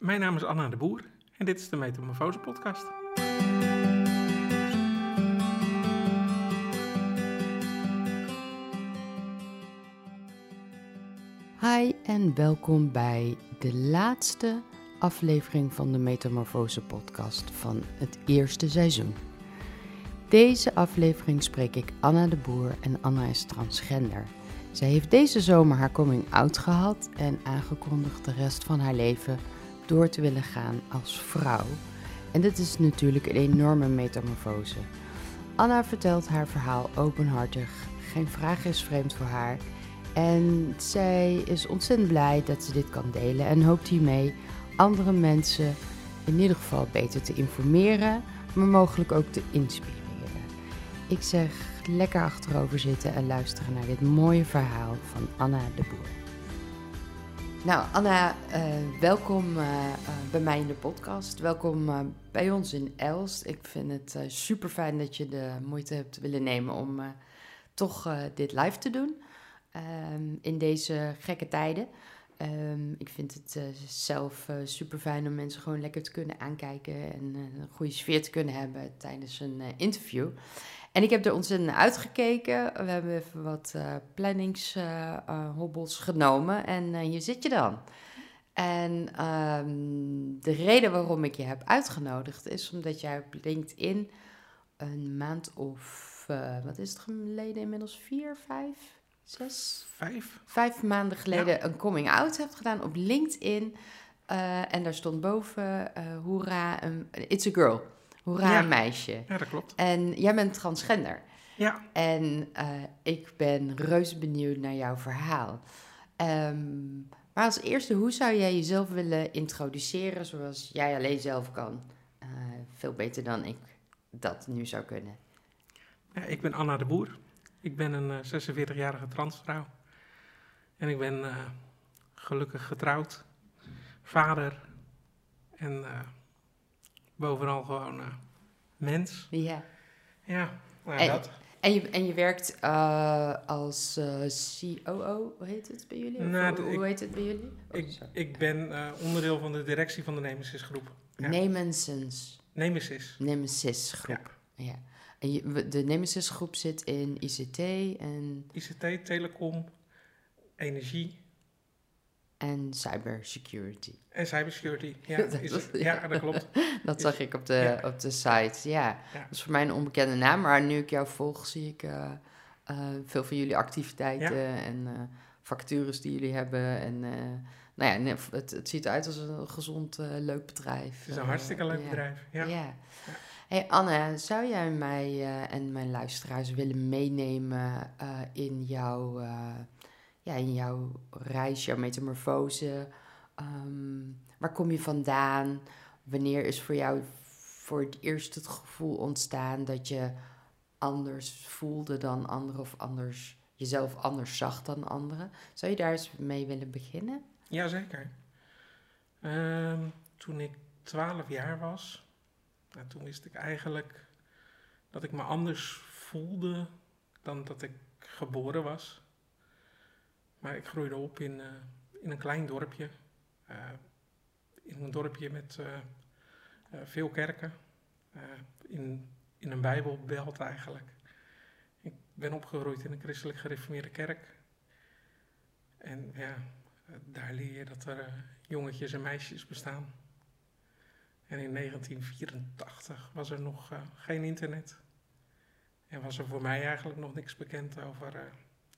Mijn naam is Anna de Boer en dit is de Metamorfose podcast. Hi en welkom bij de laatste aflevering van de Metamorfose podcast van het eerste seizoen. Deze aflevering spreek ik Anna de Boer en Anna is transgender. Zij heeft deze zomer haar coming out gehad en aangekondigd de rest van haar leven door te willen gaan als vrouw. En dit is natuurlijk een enorme metamorfose. Anna vertelt haar verhaal openhartig, geen vraag is vreemd voor haar. En zij is ontzettend blij dat ze dit kan delen en hoopt hiermee andere mensen in ieder geval beter te informeren, maar mogelijk ook te inspireren. Ik zeg lekker achterover zitten en luisteren naar dit mooie verhaal van Anna de Boer. Nou Anna, welkom bij mij in de podcast. Welkom bij ons in Elst. Ik vind het super fijn dat je de moeite hebt willen nemen om toch dit live te doen. In deze gekke tijden. Ik vind het zelf super fijn om mensen gewoon lekker te kunnen aankijken en een goede sfeer te kunnen hebben tijdens een interview. En ik heb er ontzettend naar uitgekeken. We hebben even wat planningshobbels genomen en hier zit je dan. En de reden waarom ik je heb uitgenodigd is omdat jij op LinkedIn een maand of, wat is het geleden inmiddels, 4, 5... 5 maanden geleden een coming out hebt gedaan op LinkedIn. En daar stond boven, hoera, it's a girl. Hoera, een meisje. Ja, dat klopt. En jij bent transgender. Ja. En ik ben reuze benieuwd naar jouw verhaal. Maar als eerste, hoe zou jij jezelf willen introduceren zoals jij alleen zelf kan? Veel beter dan ik dat nu zou kunnen. Ja, ik ben Anna de Boer. Ik ben een 46-jarige transvrouw. En ik ben gelukkig getrouwd, vader en bovenal gewoon mens. Ja. Ja, nou En, dat. En je werkt als COO, hoe heet het bij jullie? Hoe heet het bij jullie? Ik ben onderdeel van de directie van de Nemesis groep. Ja. Nemesis groep. Ja. En de Nemesis groep zit in ICT en... ICT, telecom, energie. En cybersecurity. En cybersecurity, ja, dat klopt. Dat zag ik op de site, ja. Dat is voor mij een onbekende naam, maar nu ik jou volg zie ik veel van jullie activiteiten en vacatures die jullie hebben. En nou ja, het ziet eruit als een gezond, leuk bedrijf. Het is een hartstikke leuk bedrijf, ja. Hey Anne, zou jij mij en mijn luisteraars willen meenemen in jouw reis, jouw metamorfose? Waar kom je vandaan? Wanneer is voor jou voor het eerst het gevoel ontstaan dat je anders voelde dan anderen of jezelf anders zag dan anderen? Zou je daar eens mee willen beginnen? Jazeker. Toen ik 12 jaar was, toen wist ik eigenlijk dat ik me anders voelde dan dat ik geboren was. Maar ik groeide op in een klein dorpje. In een dorpje met veel kerken. In een bijbelbelt eigenlijk. Ik ben opgegroeid in een christelijk gereformeerde kerk. En ja, daar leer je dat er jongetjes en meisjes bestaan. En in 1984 was er nog geen internet. En was er voor mij eigenlijk nog niks bekend over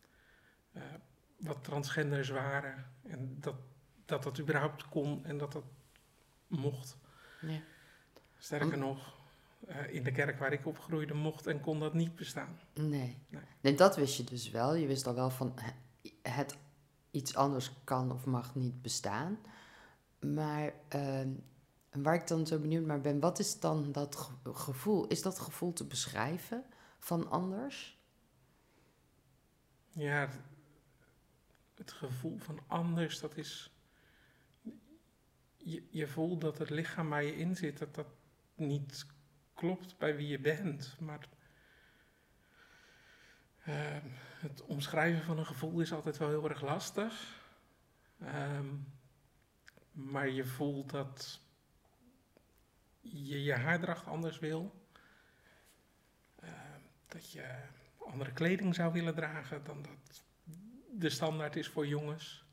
wat transgenders waren. En dat überhaupt kon en dat mocht. Ja. Sterker nog, in de kerk waar ik opgroeide mocht en kon dat niet bestaan. Nee, dat wist je dus wel. Je wist al wel van het iets anders kan of mag niet bestaan. Maar waar ik dan zo benieuwd naar ben, wat is dan dat gevoel? Is dat gevoel te beschrijven van anders? Ja, het gevoel van anders, dat is... Je voelt dat het lichaam waar je in zit, dat niet klopt bij wie je bent. Maar het omschrijven van een gevoel is altijd wel heel erg lastig. maar je voelt dat je haardracht anders wil. Dat je andere kleding zou willen dragen dan dat de standaard is voor jongens.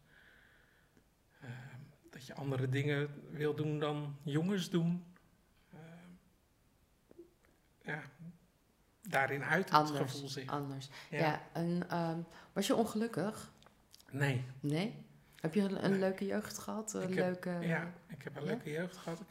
Dat je andere dingen wil doen dan jongens doen. Daarin uit het gevoel zich. Anders. Ja, en was je ongelukkig? Nee. Nee? Heb je een leuke jeugd gehad? Ik heb een leuke jeugd gehad.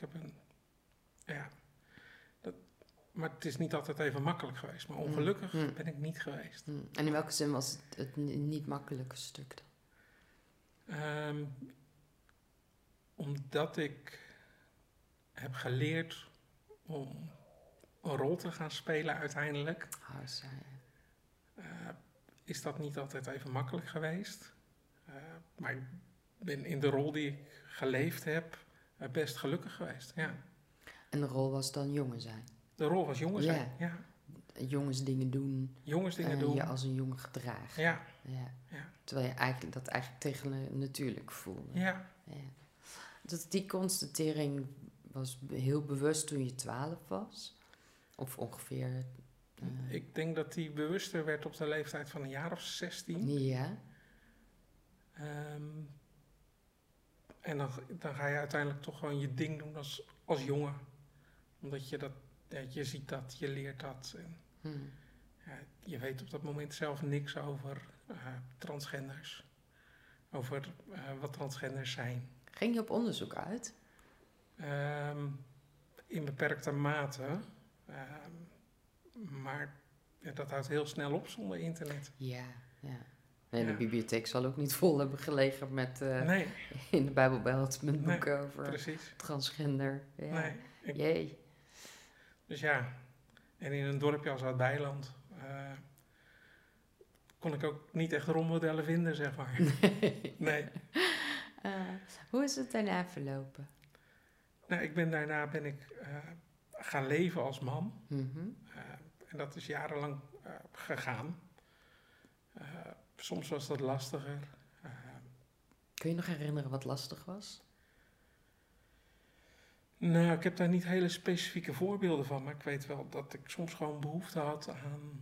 Maar het is niet altijd even makkelijk geweest. Maar ongelukkig ben ik niet geweest. En in welke zin was het niet makkelijke stuk dan? Omdat ik heb geleerd om een rol te gaan spelen uiteindelijk. Is dat niet altijd even makkelijk geweest. Maar ik ben in de rol die ik geleefd heb best gelukkig geweest. Ja. En de rol was dan jongen zijn? De rol was jongen zijn, ja. Jongensdingen doen. Doen. Je als een jongen gedragen. Ja. Terwijl je eigenlijk tegen natuurlijk voelde. Ja. Die constatering was heel bewust toen je 12 was? Of ongeveer? Ik denk dat die bewuster werd op de leeftijd van een jaar of 16. Ja. En dan ga je uiteindelijk toch gewoon je ding doen als jongen. Omdat je ziet dat, je leert dat. En, je weet op dat moment zelf niks over transgenders. Over wat transgenders zijn. Ging je op onderzoek uit? In beperkte mate. Maar dat houdt heel snel op zonder internet. Ja. En de bibliotheek zal ook niet vol hebben gelegen met in de Bijbelbelt met boeken over transgender. Ja. Nee. Dus ja, en in een dorpje als Oud-Beiland kon ik ook niet echt rolmodellen vinden, zeg maar. Nee. Hoe is het daarna verlopen? Nou, daarna ben ik gaan leven als man. Mm-hmm. En dat is jarenlang gegaan. Soms was dat lastiger. Kun je nog herinneren wat lastig was? Nou, ik heb daar niet hele specifieke voorbeelden van. Maar ik weet wel dat ik soms gewoon behoefte had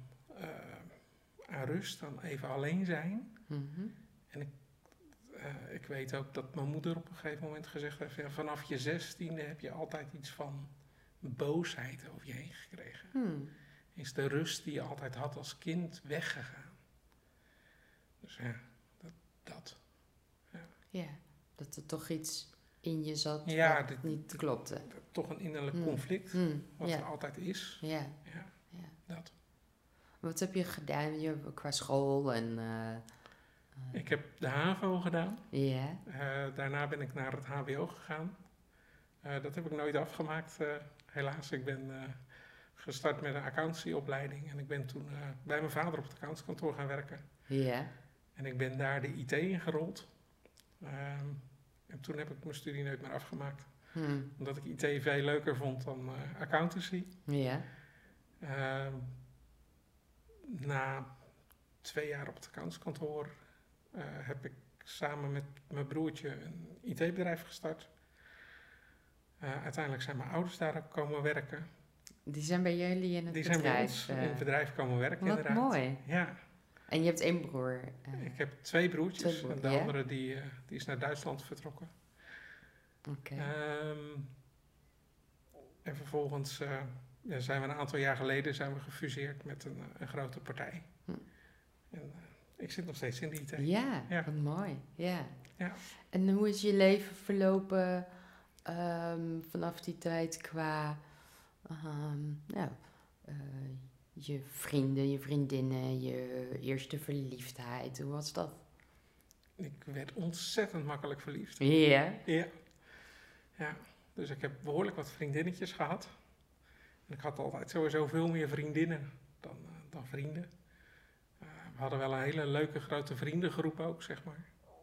aan rust, aan even alleen zijn. Mm-hmm. En ik weet ook dat mijn moeder op een gegeven moment gezegd heeft, ja, vanaf je 16e heb je altijd iets van boosheid over je heen gekregen. Is de rust die je altijd had als kind weggegaan. Dus ja, dat. Ja, dat er toch iets in je zat wat niet klopte. Toch een innerlijk conflict, wat er altijd is. Ja. Dat. Wat heb je gedaan qua school en... Ik heb de HAVO gedaan. Ja. Daarna ben ik naar het HBO gegaan. Dat heb ik nooit afgemaakt, helaas. Ik ben gestart met een accountancyopleiding. En ik ben toen bij mijn vader op het accountskantoor gaan werken. Ja. En ik ben daar de IT ingerold. En toen heb ik mijn studie nooit meer afgemaakt. Omdat ik IT veel leuker vond dan accountancy. Ja. Na 2 jaar op het accountskantoor heb ik samen met mijn broertje een IT-bedrijf gestart. Uiteindelijk zijn mijn ouders daar ook komen werken. Die zijn bij jullie in het bedrijf? Die zijn bij ons in het bedrijf komen werken, wat inderdaad. Mooi. Ja. En je hebt 1 broer? Ik heb 2 broertjes. En de andere die is naar Duitsland vertrokken. Oké. En vervolgens zijn we een aantal jaar geleden gefuseerd met een grote partij. En ik zit nog steeds in die IT. Ja, wat mooi. Ja. Ja. En hoe is je leven verlopen vanaf die tijd qua je vrienden, je vriendinnen, je eerste verliefdheid? Hoe was dat? Ik werd ontzettend makkelijk verliefd. Ja? Ja. Dus ik heb behoorlijk wat vriendinnetjes gehad. En ik had altijd sowieso veel meer vriendinnen dan vrienden. We hadden wel een hele leuke grote vriendengroep ook, zeg maar.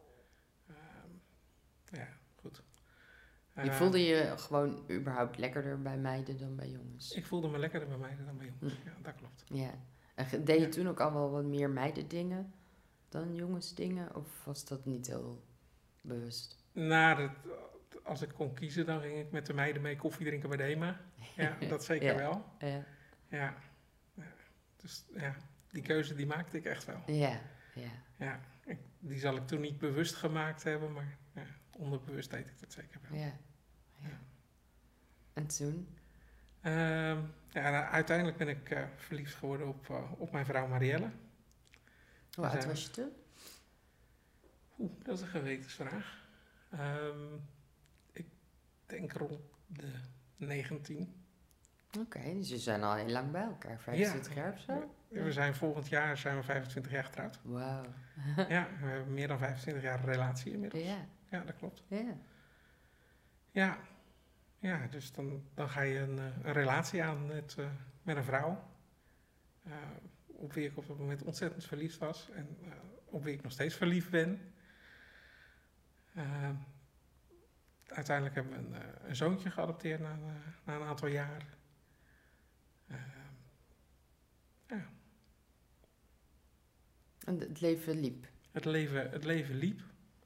Goed. Je voelde je gewoon überhaupt lekkerder bij meiden dan bij jongens? Ik voelde me lekkerder bij meiden dan bij jongens, ja, dat klopt. Ja. En deed je toen ook al wel wat meer meidendingen dan jongensdingen? Of was dat niet heel bewust? Nou, als ik kon kiezen, dan ging ik met de meiden mee koffie drinken bij de HEMA. Ja, dat zeker Ja. wel. Ja. Ja. Ja. Dus ja, die keuze die maakte ik echt wel. Ja. Ja. Ja, die zal ik toen niet bewust gemaakt hebben, maar ja, onderbewust deed ik dat zeker wel. Ja. Ja. En toen? Uiteindelijk ben ik verliefd geworden op mijn vrouw Marielle. Hoe oud was je toen? Dat is een gewetensvraag. Ik denk rond de 19. Oké, dus je zijn al heel lang bij elkaar, 25 jaar of zo? We zijn volgend jaar 25 jaar getrouwd. Wauw. Ja, we hebben meer dan 25 jaar een relatie inmiddels. Ja. Ja, dat klopt. Ja. Ja, dus dan ga je een relatie aan met een vrouw. Op wie ik op dat moment ontzettend verliefd was. En op wie ik nog steeds verliefd ben. Uiteindelijk hebben we een zoontje geadopteerd na een aantal jaar. Ja. En het leven liep? Het leven liep.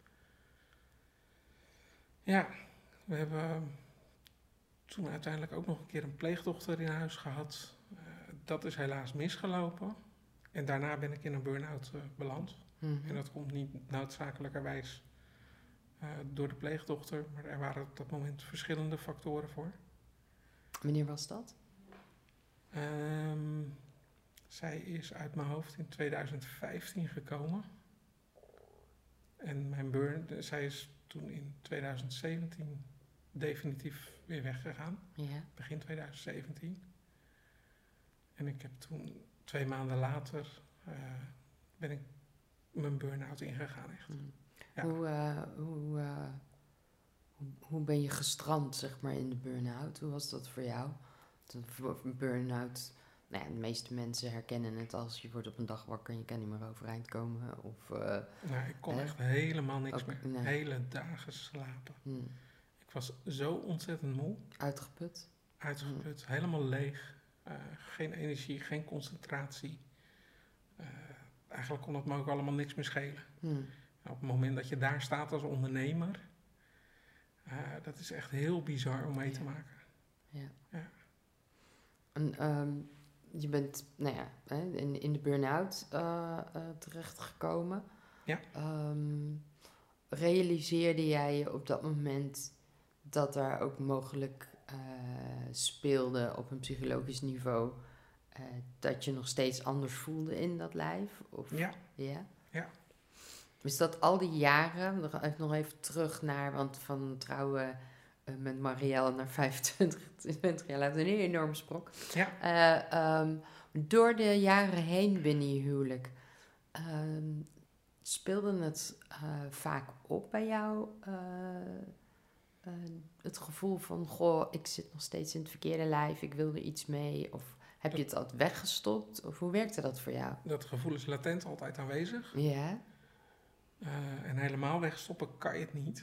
Ja, we hebben toen uiteindelijk ook nog een keer een pleegdochter in huis gehad. Dat is helaas misgelopen. En daarna ben ik in een burn-out beland. Mm-hmm. En dat komt niet noodzakelijkerwijs door de pleegdochter, maar er waren op dat moment verschillende factoren voor. Wanneer was dat? Zij is uit mijn hoofd in 2015 gekomen. En zij is toen in 2017 definitief weer weggegaan. Ja. Begin 2017. En ik heb toen 2 maanden later ben ik mijn burn-out ingegaan echt. Mm. Ja. Hoe ben je gestrand, zeg maar, in de burn-out? Hoe was dat voor jou? Een burn-out, nou ja, de meeste mensen herkennen het als je wordt op een dag wakker en je kan niet meer overeind komen. Of, ik kon echt helemaal niks meer. Nee. Hele dagen slapen. Ik was zo ontzettend moe. Uitgeput, helemaal leeg. Geen energie, geen concentratie. Eigenlijk kon het me ook allemaal niks meer schelen. Op het moment dat je daar staat als ondernemer, dat is echt heel bizar om mee te maken. Ja. En je bent, nou ja, in de burn-out terechtgekomen. Ja. Realiseerde jij je op dat moment dat er ook mogelijk speelde op een psychologisch niveau dat je nog steeds anders voelde in dat lijf? Of, Ja. Ja? Ja. Is dat al die jaren, nog even terug naar, want van trouwen met Marielle naar 20 jaar later, een enorme sprong. Ja. Door de jaren heen binnen je huwelijk, speelde het vaak op bij jou? Het gevoel van, goh, ik zit nog steeds in het verkeerde lijf, ik wil er iets mee. Of heb je het altijd weggestopt? Of hoe werkte dat voor jou? Dat gevoel is latent altijd aanwezig. Ja. En helemaal wegstoppen kan je het niet.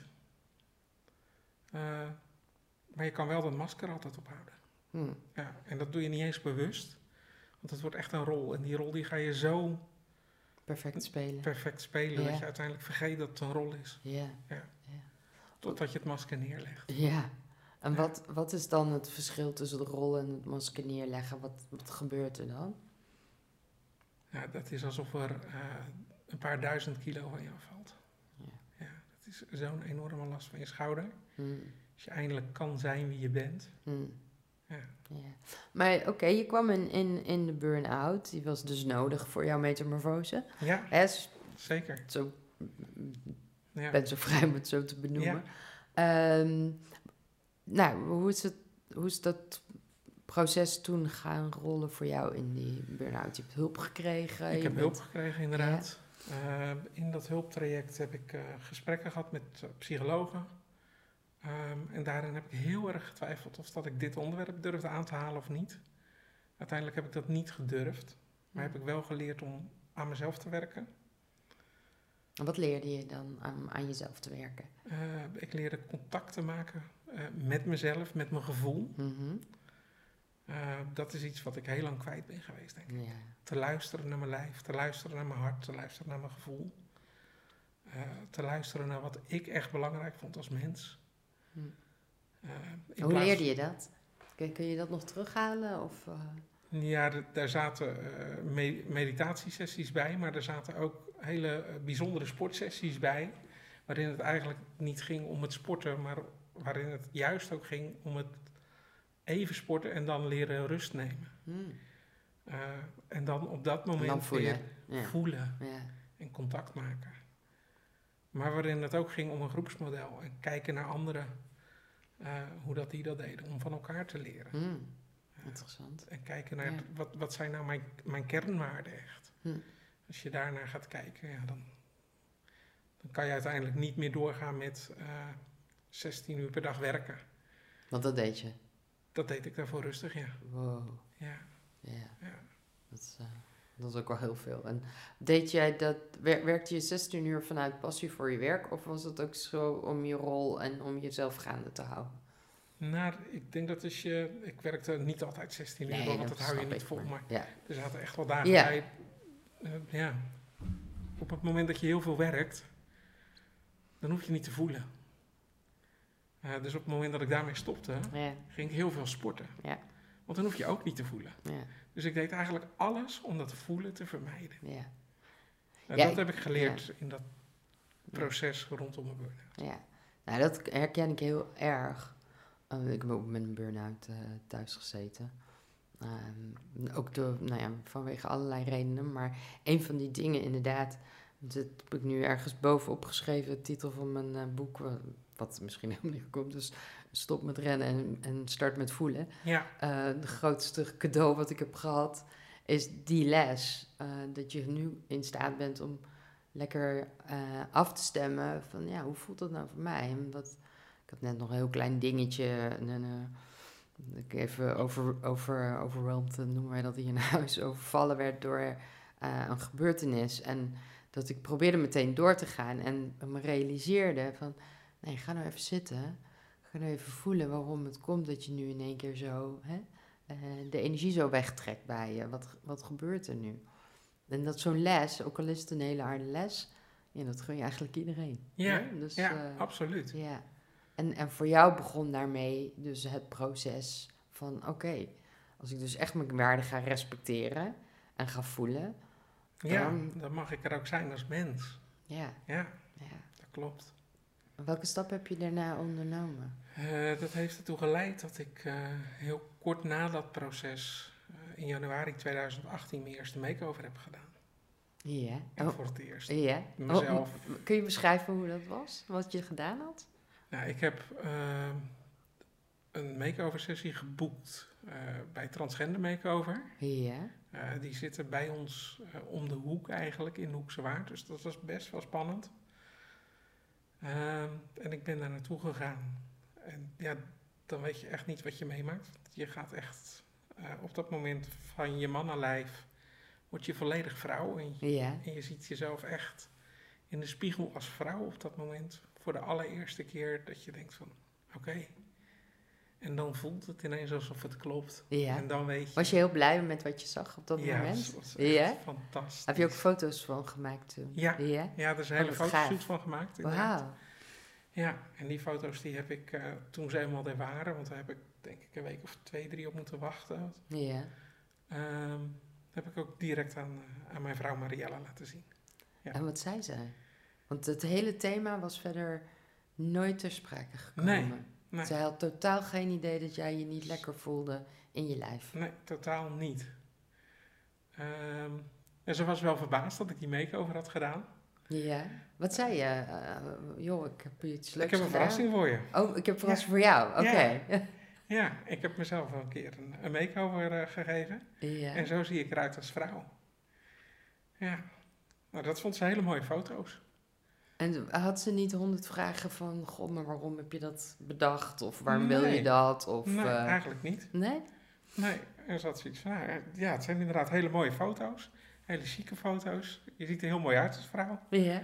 Maar je kan wel dat masker altijd ophouden. Ja, en dat doe je niet eens bewust. Want het wordt echt een rol. En die rol die ga je zo perfect spelen. Dat je uiteindelijk vergeet dat het een rol is. Ja. Totdat je het masker neerlegt. Ja. En wat is dan het verschil tussen de rol en het masker neerleggen? Wat gebeurt er dan? Ja, dat is alsof er een paar 1000 kilo van je afvalt. Ja, dat is zo'n enorme last van je schouder. Als je eindelijk kan zijn wie je bent. Ja. Maar oké, je kwam in de burn-out. Die was dus nodig voor jouw metamorfose. Ja, zeker. Zo, ben zo vrij om het zo te benoemen. Ja. Hoe is dat proces toen gaan rollen voor jou in die burn-out? Je hebt hulp gekregen? Ik heb hulp gekregen, inderdaad. Ja. In dat hulptraject heb ik gesprekken gehad met psychologen. En daarin heb ik heel erg getwijfeld of dat ik dit onderwerp durfde aan te halen of niet. Uiteindelijk heb ik dat niet gedurfd. Maar heb ik wel geleerd om aan mezelf te werken. En wat leerde je dan aan jezelf te werken? Ik leerde contact te maken met mezelf, met mijn gevoel. Dat is iets wat ik heel lang kwijt ben geweest, denk ik. Ja. Te luisteren naar mijn lijf, te luisteren naar mijn hart, te luisteren naar mijn gevoel. Te luisteren naar wat ik echt belangrijk vond als mens. Hoe leerde je dat? Kun je dat nog terughalen? Of, Ja, daar zaten meditatiesessies bij, maar er zaten ook hele bijzondere sportsessies bij, waarin het eigenlijk niet ging om het sporten, maar waarin het juist ook ging om het even sporten en dan leren rust nemen. En dan op dat moment voelen. weer voelen en contact maken. Maar waarin het ook ging om een groepsmodel en kijken naar anderen, hoe die dat deden, om van elkaar te leren. Interessant. En kijken naar wat zijn nou mijn kernwaarden echt. Als je daarnaar gaat kijken, dan kan je uiteindelijk niet meer doorgaan met 16 uur per dag werken. Want dat deed je? Dat deed ik daarvoor rustig, ja. Wow. Ja. Dat is ook wel heel veel. En deed jij dat, werkte je 16 uur vanuit passie voor je werk? Of was het ook zo om je rol en om jezelf gaande te houden? Nou, ik denk dat ik werkte niet altijd 16 uur, want dat hou je niet vol. Maar er zaten echt wel dagen bij. Op het moment dat je heel veel werkt, dan hoef je niet te voelen. Dus op het moment dat ik daarmee stopte, ging ik heel veel sporten. Ja. Want dan hoef je ook niet te voelen. Ja. Dus ik deed eigenlijk alles om dat voelen te vermijden. Ja. Dat heb ik geleerd in dat proces rondom mijn burn-out. Ja, nou dat herken ik heel erg. Ik heb ook met een burn-out thuis gezeten. Ook vanwege allerlei redenen. Maar een van die dingen inderdaad, dat heb ik nu ergens bovenop geschreven, de titel van mijn boek, wat misschien helemaal niet komt, dus stop met rennen en start met voelen. Ja. De grootste cadeau wat ik heb gehad is die les. Dat je nu in staat bent om lekker af te stemmen van hoe voelt dat nou voor mij? Omdat ik had net nog een heel klein dingetje. Ik even overwhelmed noemen wij dat hier in huis. Overvallen werd door een gebeurtenis. En dat ik probeerde meteen door te gaan. En me realiseerde van, nee, ga nou even zitten. Ga nou even voelen waarom het komt dat je nu in één keer zo de energie zo wegtrekt bij je. Wat gebeurt er nu? En dat zo'n les, ook al is het een hele harde les, dat gun je eigenlijk iedereen. Ja, dus, absoluut. Ja. En voor jou begon daarmee dus het proces van oké, als ik dus echt mijn waarde ga respecteren en ga voelen. Dan mag ik er ook zijn als mens. Ja, dat klopt. Welke stap heb je daarna ondernomen? Dat heeft ertoe geleid dat ik heel kort na dat proces, in januari 2018, mijn eerste makeover heb gedaan. Ja. En voor het eerst. Ja. Mezelf. Kun je beschrijven hoe dat was? Wat je gedaan had? Nou, ik heb een makeover sessie geboekt bij Transgender Makeover. Ja. Die zitten bij ons om de hoek eigenlijk, in Hoekse Waard. Dus dat was best wel spannend. En ik ben daar naartoe gegaan. En dan weet je echt niet wat je meemaakt. Je gaat echt op dat moment van je mannenlijf, word je volledig vrouw. En je ziet jezelf echt in de spiegel als vrouw op dat moment. Voor de allereerste keer dat je denkt van, oké. En dan voelt het ineens alsof het klopt. Ja. En dan weet je... Was je heel blij met wat je zag op dat moment? Ja, dat was echt fantastisch. Heb je ook foto's van gemaakt toen? Ja, er is een hele fotoshoot van gemaakt. Wauw. Ja, en die foto's die heb ik toen ze eenmaal er waren, want daar heb ik denk ik een week of 2, 3 op moeten wachten. Ja. Heb ik ook direct aan mijn vrouw Mariella laten zien. Ja. En wat zei zij? Want het hele thema was verder nooit ter sprake gekomen. Nee. Zij had totaal geen idee dat jij je niet lekker voelde in je lijf. Nee, totaal niet. En ze was wel verbaasd dat ik die makeover had gedaan. Ja. Wat zei je? Joh, ik heb iets leuks gedaan. Ik heb een verrassing voor je. Oh, ik heb een verrassing voor jou. Oké. Ja, ik heb mezelf wel een keer een makeover gegeven. Ja. En zo zie ik eruit als vrouw. Ja. Nou, dat vond ze hele mooie foto's. En had ze niet 100 vragen van, god, maar waarom heb je dat bedacht? Of waarom wil je dat? Of, nee, eigenlijk niet. Nee? Nee, er zat zoiets van, het zijn inderdaad hele mooie foto's. Hele chique foto's. Je ziet er heel mooi uit als vrouw. Ja.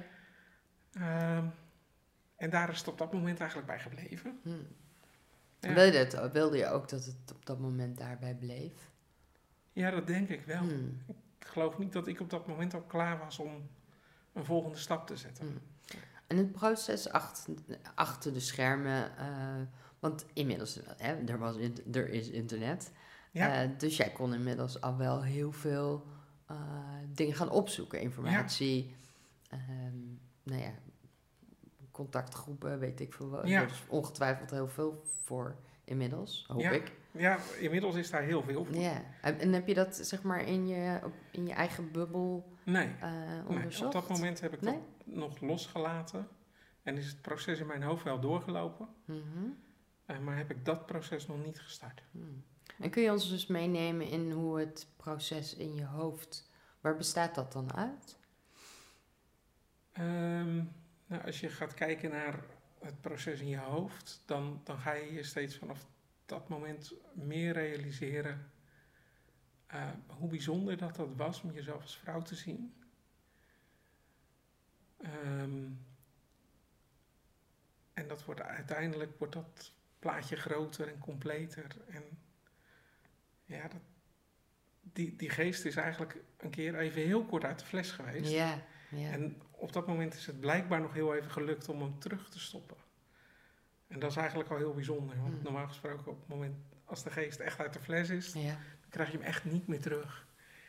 En daar is het op dat moment eigenlijk bij gebleven. Ja. Wilde je ook dat het op dat moment daarbij bleef? Ja, dat denk ik wel. Ik geloof niet dat ik op dat moment al klaar was om een volgende stap te zetten. En het proces achter de schermen, want inmiddels, er is internet. Ja. Dus jij kon inmiddels al wel heel veel dingen gaan opzoeken, informatie. Nou ja, contactgroepen, weet ik veel wat. Ja. Er is ongetwijfeld heel veel voor inmiddels, hoop ik. Ja, inmiddels is daar heel veel voor. Ja. En heb je dat zeg maar in je eigen bubbel onderzocht? Nee, op dat moment heb ik Nee? dat nog losgelaten. En is het proces in mijn hoofd wel doorgelopen. Maar heb ik dat proces nog niet gestart. En kun je ons dus meenemen in hoe het proces in je hoofd, waar bestaat dat dan uit? Nou, als je gaat kijken naar het proces in je hoofd, dan ga je je steeds vanaf dat moment meer realiseren hoe bijzonder dat was om jezelf als vrouw te zien. En uiteindelijk wordt dat plaatje groter en completer. En ja, die geest is eigenlijk een keer even heel kort uit de fles geweest. Ja. En op dat moment is het blijkbaar nog heel even gelukt om hem terug te stoppen. En dat is eigenlijk al heel bijzonder. Want normaal gesproken op het moment als de geest echt uit de fles is, dan krijg je hem echt niet meer terug.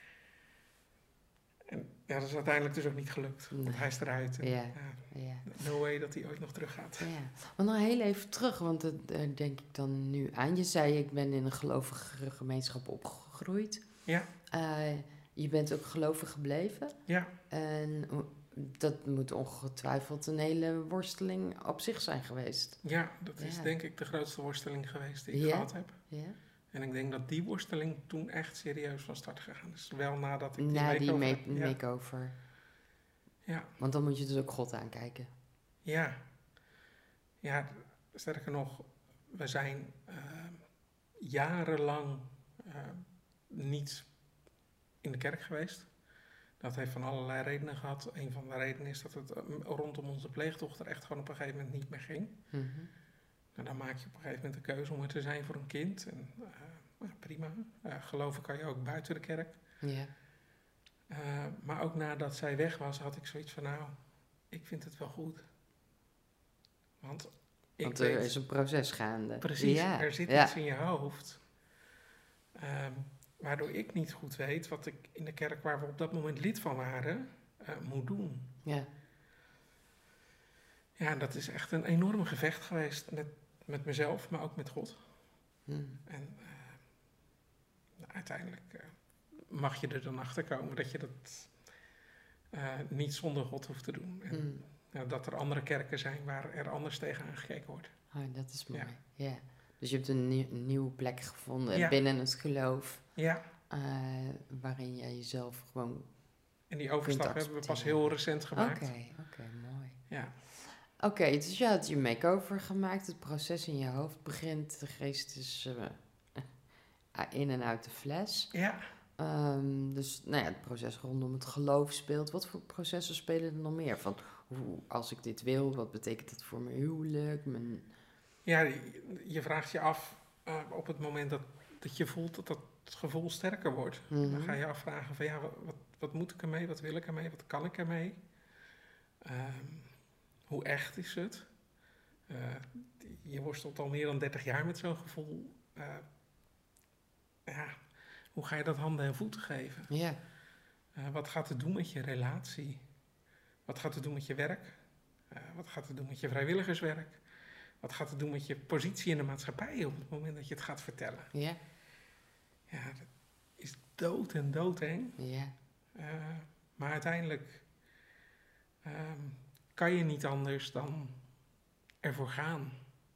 En ja, dat is uiteindelijk dus ook niet gelukt. Want hij is eruit. En, no way dat hij ooit nog terug gaat. Ja. Maar nog heel even terug, want dat denk ik dan nu aan. Je zei, ik ben in een gelovige gemeenschap opgegroeid. Ja. Je bent ook gelovig gebleven. Ja. En dat moet ongetwijfeld een hele worsteling op zich zijn geweest. Ja, dat is denk ik de grootste worsteling geweest die ik gehad heb. Ja. En ik denk dat die worsteling toen echt serieus van start gegaan is. Wel nadat ik die makeover... makeover. Ja. Want dan moet je dus ook God aankijken. Ja. Ja, sterker nog, we zijn jarenlang niet in de kerk geweest. Dat heeft van allerlei redenen gehad. Een van de redenen is dat het rondom onze pleegdochter echt gewoon op een gegeven moment niet meer ging. Nou, dan maak je op een gegeven moment de keuze om er te zijn voor een kind. En prima. Geloven kan je ook buiten de kerk. Ja. Maar ook nadat zij weg was, had ik zoiets van, nou, ik vind het wel goed. Want er is een proces gaande. Precies, er zit iets in je hoofd. Waardoor ik niet goed weet wat ik in de kerk waar we op dat moment lid van waren, moet doen. Ja. Ja, dat is echt een enorm gevecht geweest met mezelf, maar ook met God. En uiteindelijk mag je er dan achter komen dat je dat niet zonder God hoeft te doen. En dat er andere kerken zijn waar er anders tegenaan gekeken wordt. Oh, dat is mooi. Ja. Dus je hebt een nieuwe plek gevonden binnen het geloof. Ja. Waarin jij jezelf gewoon. En die overstap hebben we pas heel recent gemaakt. Oké, mooi. Ja. Oké, dus je had je makeover gemaakt. Het proces in je hoofd begint. De geest is in en uit de fles. Ja. Dus het proces rondom het geloof speelt. Wat voor processen spelen er nog meer? Van als ik dit wil, wat betekent dat voor mijn huwelijk? Ja, je vraagt je af op het moment dat je voelt dat gevoel sterker wordt. Dan ga je afvragen van wat moet ik ermee? Wat wil ik ermee? Wat kan ik ermee? Hoe echt is het? Je worstelt al meer dan 30 jaar met zo'n gevoel. Hoe ga je dat handen en voeten geven? Ja. Wat gaat het doen met je relatie? Wat gaat het doen met je werk? Wat gaat het doen met je vrijwilligerswerk? Wat gaat het doen met je positie in de maatschappij op het moment dat je het gaat vertellen? Ja. Ja, dat is dood en doodeng. Ja. Maar uiteindelijk kan je niet anders dan ervoor gaan.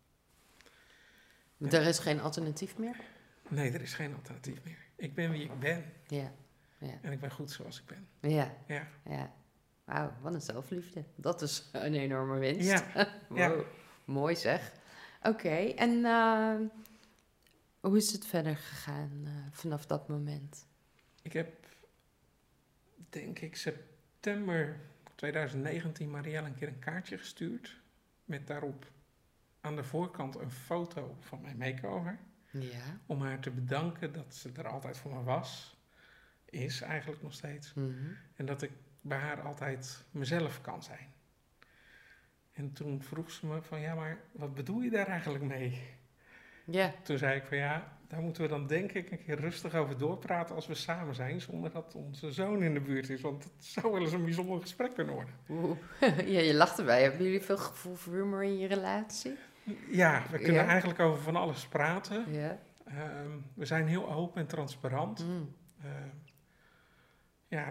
Maar er is geen alternatief meer? Nee, er is geen alternatief meer. Ik ben wie ik ben. Ja. En ik ben goed zoals ik ben. Ja. Wauw, wat een zelfliefde. Dat is een enorme winst. Ja. Wow. Mooi zeg. Oké, en hoe is het verder gegaan vanaf dat moment? Ik heb, denk ik, september 2019 Marielle een keer een kaartje gestuurd. Met daarop aan de voorkant een foto van mijn makeover. Ja. Om haar te bedanken dat ze er altijd voor me was. Is eigenlijk nog steeds. En dat ik bij haar altijd mezelf kan zijn. En toen vroeg ze me van, ja, maar wat bedoel je daar eigenlijk mee? Ja. Toen zei ik van, ja, daar moeten we dan denk ik een keer rustig over doorpraten als we samen zijn, zonder dat onze zoon in de buurt is. Want het zou wel eens een bijzonder gesprek kunnen worden. Oeh. Ja, je lacht erbij. Hebben jullie veel gevoel voor humor in je relatie? Ja, we kunnen Ja. eigenlijk over van alles praten. Ja. We zijn heel open en transparant. Mm. Ja,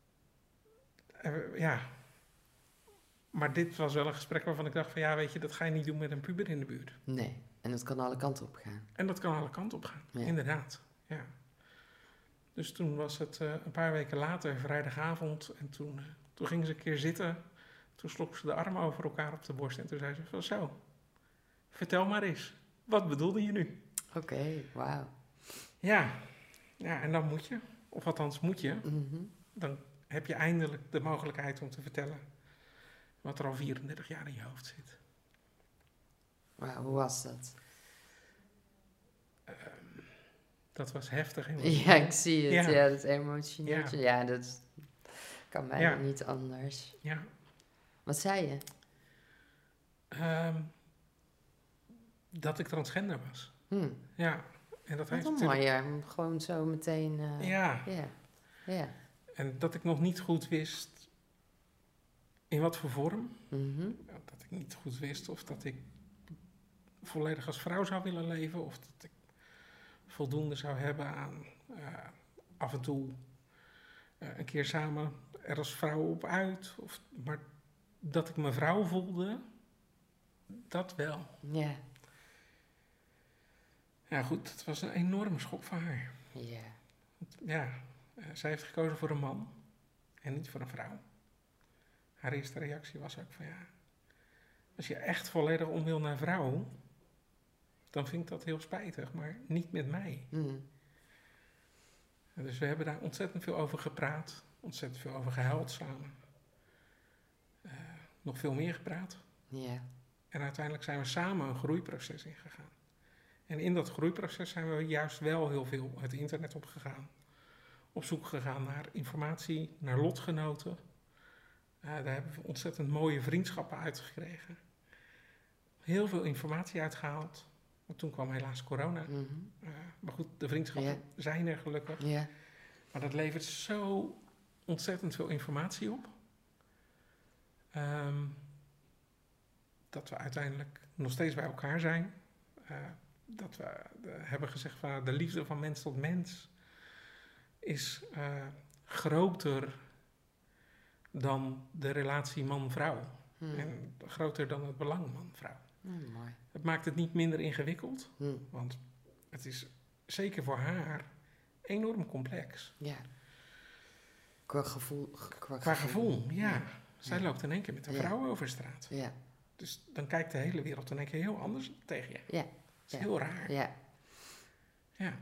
ja. Maar dit was wel een gesprek waarvan ik dacht van, ja, weet je, dat ga je niet doen met een puber in de buurt. Nee, en dat kan alle kanten op gaan. En dat kan alle kanten op gaan, Ja. inderdaad. Ja. Dus toen was het een paar weken later, vrijdagavond, en toen ging ze een keer zitten. Toen sloeg ze de armen over elkaar op de borst en toen zei ze van, zo, vertel maar eens, wat bedoelde je nu? Oké, wauw. Ja, en dan moet je, of althans moet je, Mhm. dan heb je eindelijk de mogelijkheid om te vertellen wat er al 34 jaar in je hoofd zit. Wauw, hoe was dat? Dat was heftig. Ja, ik zie het. Ja. Ja, dat emotioneel. Ja. Ja, dat kan bijna Ja. niet anders. Ja. Wat zei je? Dat ik transgender was. Hm. Ja. En dat Wat heeft een natuurlijk... mooi, ja. Gewoon zo meteen... Ja. Ja. Ja. En dat ik nog niet goed wist in wat voor vorm. Mhm. Dat ik niet goed wist of dat ik volledig als vrouw zou willen leven. Of dat ik voldoende zou hebben aan af en toe een keer samen er als vrouw op uit. Maar dat ik me vrouw voelde, dat wel. Ja. Ja goed, het was een enorme schok voor haar. Ja. Ja, zij heeft gekozen voor een man en niet voor een vrouw. Haar eerste reactie was ook van ja, als je echt volledig om wil naar vrouw, dan vind ik dat heel spijtig, maar niet met mij. Hm. En dus we hebben daar ontzettend veel over gepraat, ontzettend veel over gehuild samen. Nog veel meer gepraat. Ja. En uiteindelijk zijn we samen een groeiproces ingegaan. En in dat groeiproces zijn we juist wel heel veel het internet opgegaan. Op zoek gegaan naar informatie, naar lotgenoten. Daar hebben we ontzettend mooie vriendschappen uitgekregen. Heel veel informatie uitgehaald. Maar toen kwam helaas corona. Mhm. Maar goed, de vriendschappen zijn er gelukkig. Ja. Maar dat levert zo ontzettend veel informatie op. Dat we uiteindelijk nog steeds bij elkaar zijn. Dat we hebben gezegd van de liefde van mens tot mens is groter dan de relatie man-vrouw. Hm. En groter dan het belang man-vrouw. Mooi. Het maakt het niet minder ingewikkeld, Hm. want het is zeker voor haar enorm complex. Ja. Qua gevoel. Qua gevoel, ja. Zij Ja. loopt in één keer met een Ja. vrouw over straat. Ja. Dus dan kijkt de hele wereld in één keer heel anders tegen je. Ja. Dat is Ja. heel raar. Ja. Ja.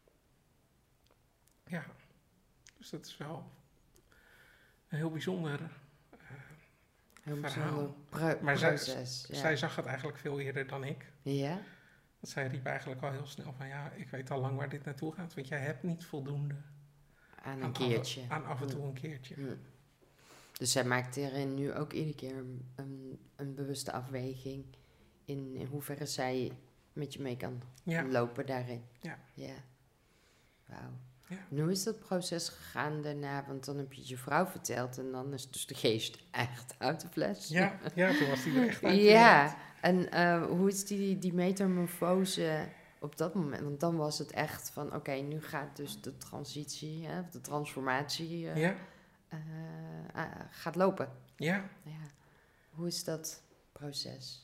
Ja. Dus dat is wel een heel bijzonder Heel verhaal. bijzonder Maar proces. zij zag het eigenlijk veel eerder dan ik. Ja? Want zij riep eigenlijk al heel snel van ja, ik weet al lang waar dit naartoe gaat. Want jij hebt niet voldoende Aan een keertje. aan af en toe een keertje. Hm. Dus zij maakt erin nu ook iedere keer een bewuste afweging in hoeverre zij met je mee kan Ja. lopen daarin. Ja. Ja. Wauw. Ja. En hoe is dat proces gegaan daarna? Want dan heb je het je vrouw verteld en dan is dus de geest echt uit de fles. Ja, toen was die er echt uit. Ja, en hoe is die metamorfose op dat moment? Want dan was het echt van, oké, nu gaat dus de transitie, hè, de transformatie Ja, gaat lopen. ja. Ja. Hoe is dat proces?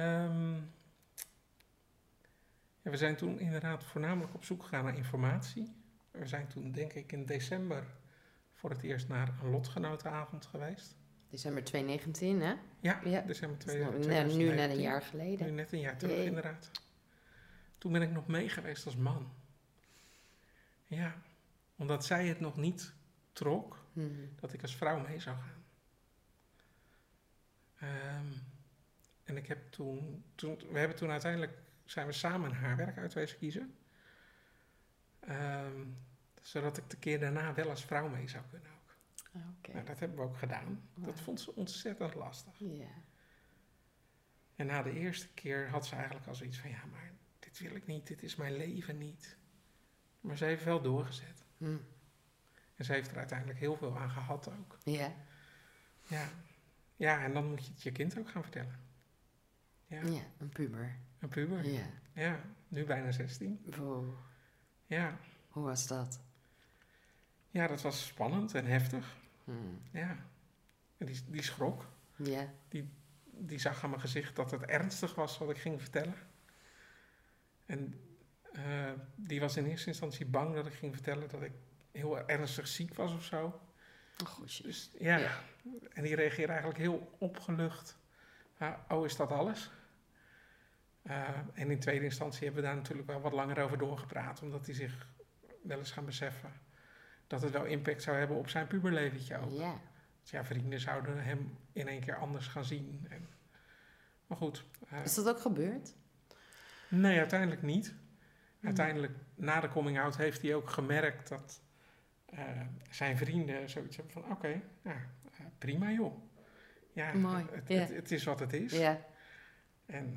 Ja, we zijn toen inderdaad voornamelijk op zoek gegaan naar informatie. We zijn toen, denk ik, in december voor het eerst naar een lotgenotenavond geweest. December 2019, hè? Ja, Ja. december Dat is 2019. nu net een jaar geleden. Nu net een jaar terug, Jee. inderdaad. Toen ben ik nog mee geweest als man. Ja, omdat zij het nog niet trok Hm. dat ik als vrouw mee zou gaan. En ik heb we hebben toen uiteindelijk, zijn we samen haar werk uit wezen kiezen. Zodat ik de keer daarna wel als vrouw mee zou kunnen ook. Oké. Nou, dat hebben we ook gedaan. Dat vond ze ontzettend lastig. Ja. En na de eerste keer had ze eigenlijk al zoiets van, ja, maar dit wil ik niet, dit is mijn leven niet. Maar ze heeft wel doorgezet. En ze heeft er uiteindelijk heel veel aan gehad ook. Ja. Ja, en dan moet je het je kind ook gaan vertellen. Ja, Een puber. een puber. Ja, nu bijna 16. Wow. Ja. Hoe was dat? Ja, dat was spannend en heftig. Ja. En die schrok. Ja. Die zag aan mijn gezicht dat het ernstig was wat ik ging vertellen. En die was in eerste instantie bang dat ik ging vertellen dat ik heel ernstig ziek was of zo. Oh, goedje. Dus ja. En die reageerde eigenlijk heel opgelucht. Oh, is dat alles? En in tweede instantie hebben we daar natuurlijk wel wat langer over doorgepraat. Omdat hij zich wel eens gaan beseffen dat het wel impact zou hebben op zijn puberleventje ook. Ja. Dus ja, vrienden zouden hem in één keer anders gaan zien. Maar goed. Is dat ook gebeurd? Nee, uiteindelijk niet. Uiteindelijk, na de coming out, heeft hij ook gemerkt dat zijn vrienden zoiets hebben van, oké, prima joh. Ja, mooi. Het is wat het is. Ja. En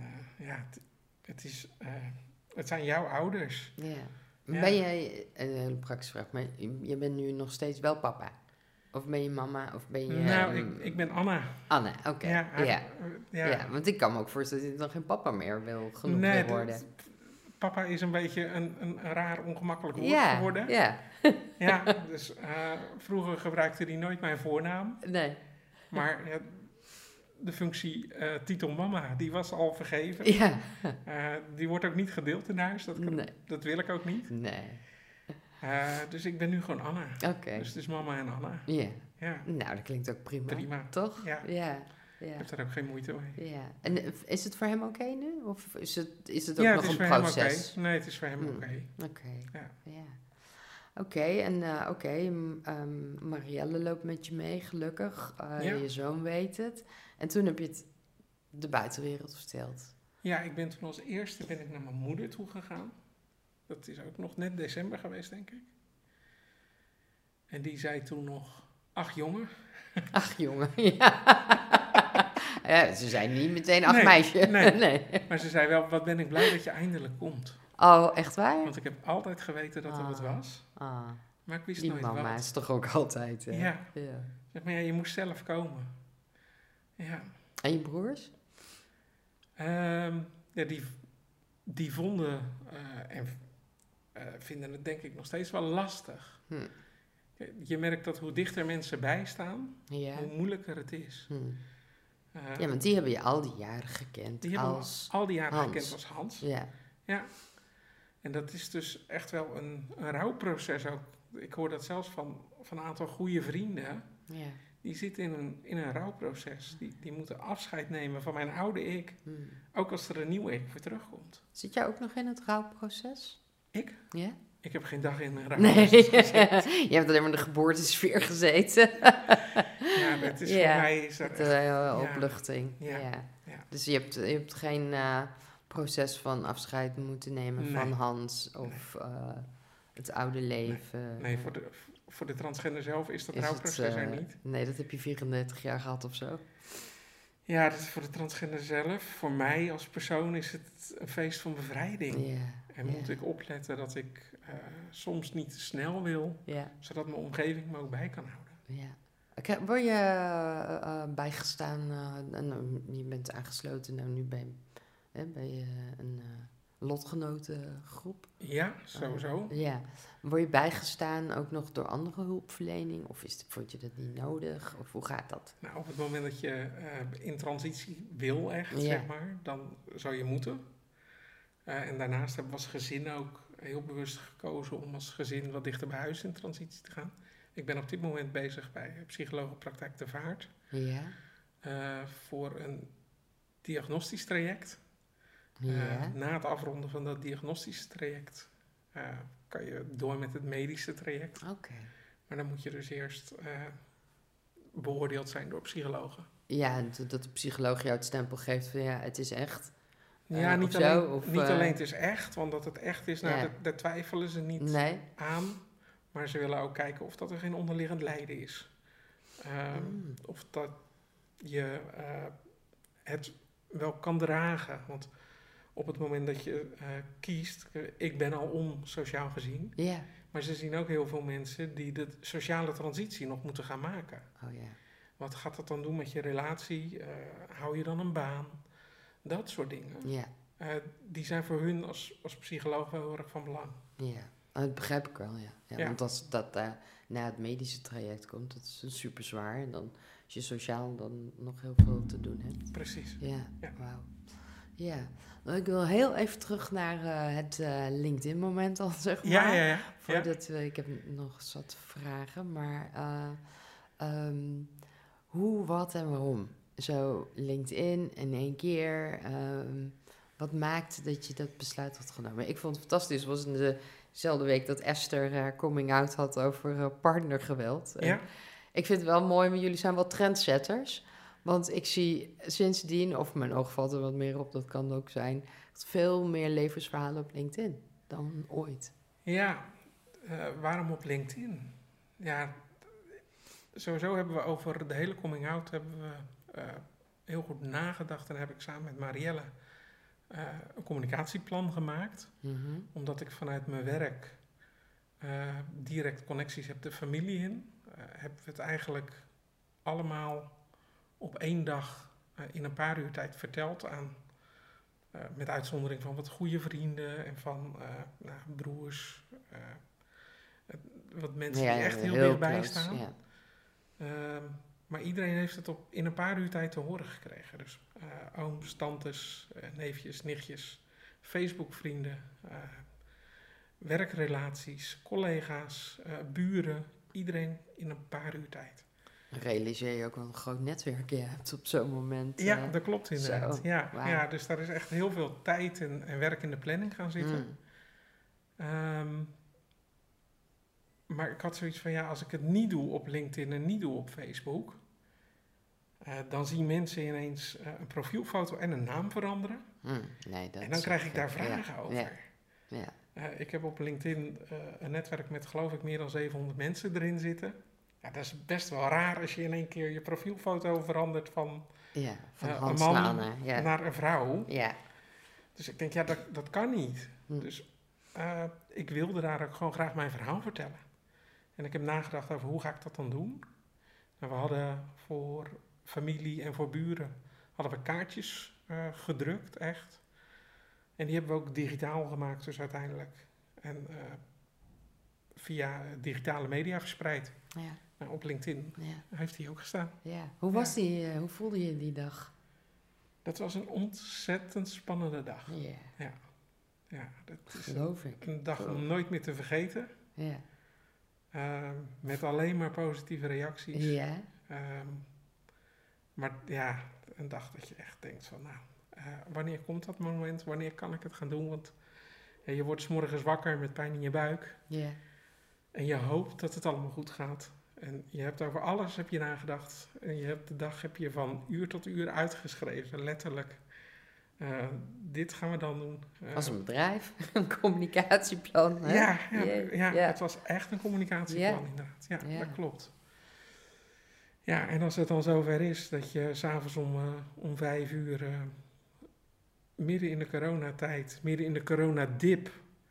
het zijn jouw ouders. Ja. Ja. Ben jij, een hele praktische vraag, maar je bent nu nog steeds wel papa? Of ben je mama? Of ben je... Nou, ik ben Anna. Anna, oké. Ja, want ik kan me ook voorstellen dat je dan geen papa meer wil worden. Papa is een beetje een raar, ongemakkelijk woord geworden. Ja. Ja, dus vroeger gebruikte hij nooit mijn voornaam. Nee. Maar de functie titel mama, die was al vergeven. Ja. Die wordt ook niet gedeeld in huis. Dat wil ik ook niet. Nee. Dus ik ben nu gewoon Anna. Oké. Dus het is mama en Anna. Ja. Ja. Nou, dat klinkt ook prima. Prima. Toch? Ja. Ik heb daar ook geen moeite mee. Ja. En is het voor hem oké nu? Of is het ook ja, nog het is een voor proces? Hem nee, het is voor hem oké. Oké. Ja. Oké, Marielle loopt met je mee, gelukkig. Je zoon weet het. En toen heb je het de buitenwereld verteld. Ja, ik ben toen als eerste naar mijn moeder toe gegaan. Dat is ook nog net december geweest, denk ik. En die zei toen nog, 8 jongen. 8 jongen, ja. Ze zei niet meteen 8 meisje. Nee. Maar ze zei wel, wat ben ik blij dat je eindelijk komt. Oh, echt waar? Want ik heb altijd geweten dat er wat was. Maar ik wist nooit wat. Die mama is toch ook altijd... Ja. Zeg maar, je moest zelf komen. Ja. En je broers? Die vonden en vinden het denk ik nog steeds wel lastig. Je merkt dat hoe dichter mensen bij staan, hoe moeilijker het is. Ja, want die hebben je al die jaren gekend. Die hebben al die jaren gekend als Hans. Ja. En dat is dus echt wel een rouwproces ook. Ik hoor dat zelfs van een aantal goede vrienden. Ja. Die zitten in een rouwproces. Die moeten afscheid nemen van mijn oude ik. Ook als er een nieuw ik weer terugkomt. Zit jij ook nog in het rouwproces? Ik? Ja. Ik heb geen dag in een rouwproces gezeten. Je hebt alleen maar in de geboortesfeer gezeten. Ja, dat is voor mij... Is dat echt opluchting. Ja. Dus je hebt geen proces van afscheid moeten nemen van Hans of het oude leven. Nee, voor de transgender zelf is dat rouwproces er niet. Nee, dat heb je 34 jaar gehad of zo. Ja, dat is voor de transgender zelf. Voor mij als persoon is het een feest van bevrijding. Ja. En moet ik opletten dat ik soms niet te snel wil, zodat mijn omgeving me ook bij kan houden. Ja. Word je bijgestaan, je bent aangesloten nu bij een lotgenotengroep? Ja, sowieso. Word je bijgestaan ook nog door andere hulpverlening? Of vond je dat niet nodig? Of hoe gaat dat? Nou, op het moment dat je in transitie wil echt, zeg maar, dan zou je moeten. En daarnaast hebben we als gezin ook heel bewust gekozen om als gezin wat dichter bij huis in transitie te gaan. Ik ben op dit moment bezig bij Psychologenpraktijk de Vaart. Ja. Voor een diagnostisch traject. Na het afronden van dat diagnostisch traject kan je door met het medische traject. Oké. Maar dan moet je dus eerst beoordeeld zijn door psychologen. Ja, dat de psycholoog jou het stempel geeft van het is echt. Ja, niet alleen het is echt, want dat het echt is, daar twijfelen ze niet aan. Maar ze willen ook kijken of dat er geen onderliggend lijden is. Of dat je het wel kan dragen. Want op het moment dat je kiest, ik ben al om sociaal gezien. Ja. Maar ze zien ook heel veel mensen die de sociale transitie nog moeten gaan maken. Oh ja. Wat gaat dat dan doen met je relatie? Hou je dan een baan? Dat soort dingen. Ja. Die zijn voor hun als psycholoog wel heel erg van belang. Ja. Dat begrijp ik wel, ja. Ja. Want als dat na het medische traject komt, dat is super zwaar. En dan als je sociaal dan nog heel veel te doen hebt. Precies. Ja, Ja. wauw. Ja, nou, ik wil heel even terug naar het LinkedIn-moment al, zeg maar. Ja. Voordat ik heb nog zat vragen, maar hoe, wat en waarom? Zo LinkedIn in 1 keer, wat maakte dat je dat besluit had genomen? Ik vond het fantastisch, het was in dezelfde week dat Esther coming-out had over partnergeweld. Ja. Ik vind het wel mooi, maar jullie zijn wel trendsetters. Want ik zie sindsdien, of mijn oog valt er wat meer op, dat kan ook zijn, veel meer levensverhalen op LinkedIn dan ooit. Ja, waarom op LinkedIn? Ja, sowieso hebben we over de hele coming out heel goed nagedacht. En heb ik samen met Marielle een communicatieplan gemaakt. Mm-hmm. Omdat ik vanuit mijn werk direct connecties heb de familie in. Hebben we het eigenlijk allemaal op 1 dag in een paar uur tijd verteld aan, met uitzondering van wat goede vrienden en van broers, wat mensen die echt heel dichtbij close, staan. ja. Maar iedereen heeft het in een paar uur tijd te horen gekregen. Dus ooms, tantes, neefjes, nichtjes, Facebook-vrienden, werkrelaties, collega's, buren. Iedereen in een paar uur tijd. Realiseer je ook wel een groot netwerk je hebt op zo'n moment. Ja, dat klopt inderdaad. Zo, Ja, wauw. ja, dus daar is echt heel veel tijd en werk in de planning gaan zitten. Maar ik had zoiets van, ja, als ik het niet doe op LinkedIn en niet doe op Facebook, dan zien mensen ineens een profielfoto en een naam veranderen. Nee, dat En dan is krijg ook ik daar gek. vragen over. Ja. Ik heb op LinkedIn een netwerk met, geloof ik, meer dan 700 mensen erin zitten. Ja, dat is best wel raar als je in 1 keer je profielfoto verandert van Van een Hans man Nane, naar een vrouw. Ja. Dus ik denk, ja, dat kan niet. Hm. Dus ik wilde daar ook gewoon graag mijn verhaal vertellen. En ik heb nagedacht over hoe ga ik dat dan doen. Nou, we hadden voor familie en voor buren hadden we kaartjes gedrukt, echt. En die hebben we ook digitaal gemaakt, dus uiteindelijk. En via digitale media verspreid. Ja. Nou, op LinkedIn heeft die ook gestaan. Ja. Hoe was die? Hoe voelde je die dag? Dat was een ontzettend spannende dag. Ja. Ja, dat is Geloof ik. een dag om nooit meer te vergeten. Ja. Met alleen maar positieve reacties. Ja. Maar ja, een dag dat je echt denkt van, nou, wanneer komt dat moment? Wanneer kan ik het gaan doen? Want je wordt 's morgens wakker met pijn in je buik. Ja. En je hoopt dat het allemaal goed gaat. En je hebt over alles heb je nagedacht. En de dag heb je van uur tot uur uitgeschreven, letterlijk. Dit gaan we dan doen. Als een bedrijf, een communicatieplan. Hè? Ja, het was echt een communicatieplan inderdaad. Ja, dat klopt. Ja, en als het dan zover is dat je 's avonds om 5 uur, midden in de coronatijd, midden in de coronadip,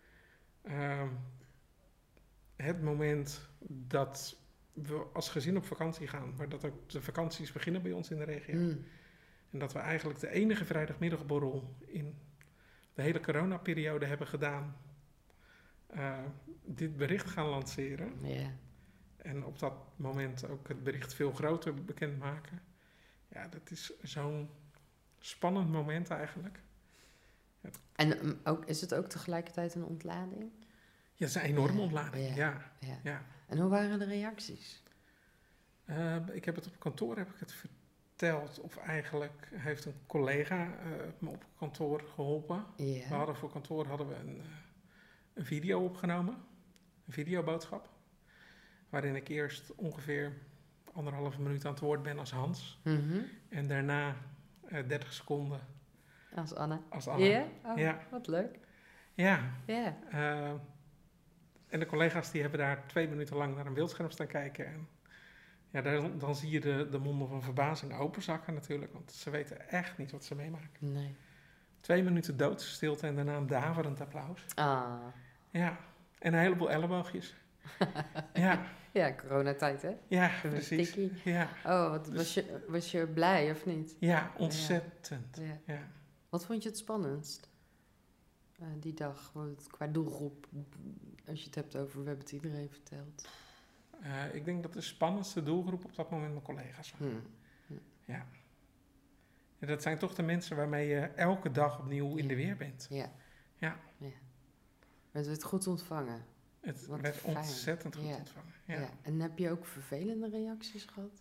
het moment dat we als gezin op vakantie gaan, maar dat ook de vakanties beginnen bij ons in de regio. En dat we eigenlijk de enige vrijdagmiddagborrel in de hele coronaperiode hebben gedaan, dit bericht gaan lanceren. Ja. En op dat moment ook het bericht veel groter bekendmaken. Ja, dat is zo'n spannend moment eigenlijk. En is het ook tegelijkertijd een ontlading? Ja, het is een enorme ontlading, ja. En hoe waren de reacties? Ik heb het op kantoor verteld. Of eigenlijk heeft een collega me op kantoor geholpen. Ja. We hadden voor kantoor een video opgenomen. Een videoboodschap. Waarin ik eerst ongeveer 1,5 minuut aan het woord ben als Hans. Mm-hmm. En daarna 30 seconden als Anne. Ja? Oh, ja. Wat leuk. Ja. Ja. En de collega's die hebben daar 2 minuten lang naar een beeldscherm staan kijken. En Ja, dan zie je de monden van verbazing openzakken natuurlijk. Want ze weten echt niet wat ze meemaken. Nee. 2 minuten doodstilte en daarna een daverend applaus. Ah. Ja, en een heleboel elleboogjes. Ja, Ja, coronatijd, hè? ja, Een precies. tikkie. Ja, Oh, was je blij of niet? ja, ontzettend. Ja. Ja. Wat vond je het spannendst? Die dag, qua doelgroep, als je het hebt over, we hebben het iedereen verteld. Ik denk dat de spannendste doelgroep op dat moment mijn collega's waren. Ja. En dat zijn toch de mensen waarmee je elke dag opnieuw in de weer bent. Ja. Ja. Werd het goed ontvangen? Het Wat werd fijn. ontzettend goed ontvangen. Ja. Ja. En heb je ook vervelende reacties gehad?